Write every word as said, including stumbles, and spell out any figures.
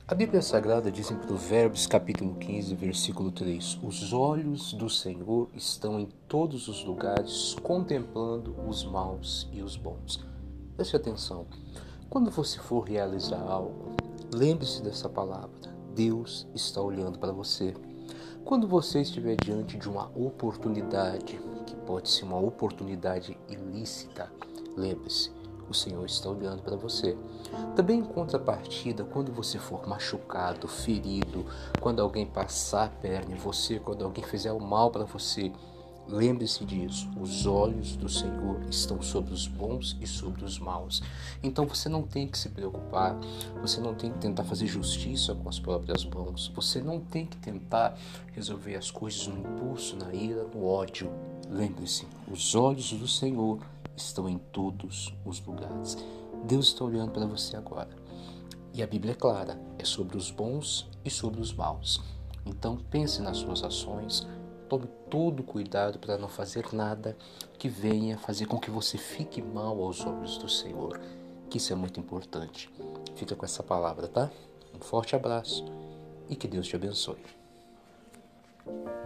A Bíblia Sagrada diz em Provérbios capítulo quinze, versículo três: Os olhos do Senhor estão em todos os lugares, contemplando os maus e os bons. Preste atenção. Quando você for realizar algo, lembre-se dessa palavra. Deus está olhando para você. Quando você estiver diante de uma oportunidade, que pode ser uma oportunidade ilícita, lembre-se, o Senhor está olhando para você. Também em contrapartida, quando você for machucado, ferido, quando alguém passar a perna em você, quando alguém fizer o mal para você, lembre-se disso, os olhos do Senhor estão sobre os bons e sobre os maus. Então você não tem que se preocupar, você não tem que tentar fazer justiça com as próprias mãos, você não tem que tentar resolver as coisas no impulso, na ira, no ódio. Lembre-se, os olhos do Senhor estão em todos os lugares. Deus está olhando para você agora. E a Bíblia é clara, é sobre os bons e sobre os maus. Então pense nas suas ações, tome todo cuidado para não fazer nada que venha fazer com que você fique mal aos olhos do Senhor, que isso é muito importante. Fica com essa palavra, tá? Um forte abraço e que Deus te abençoe.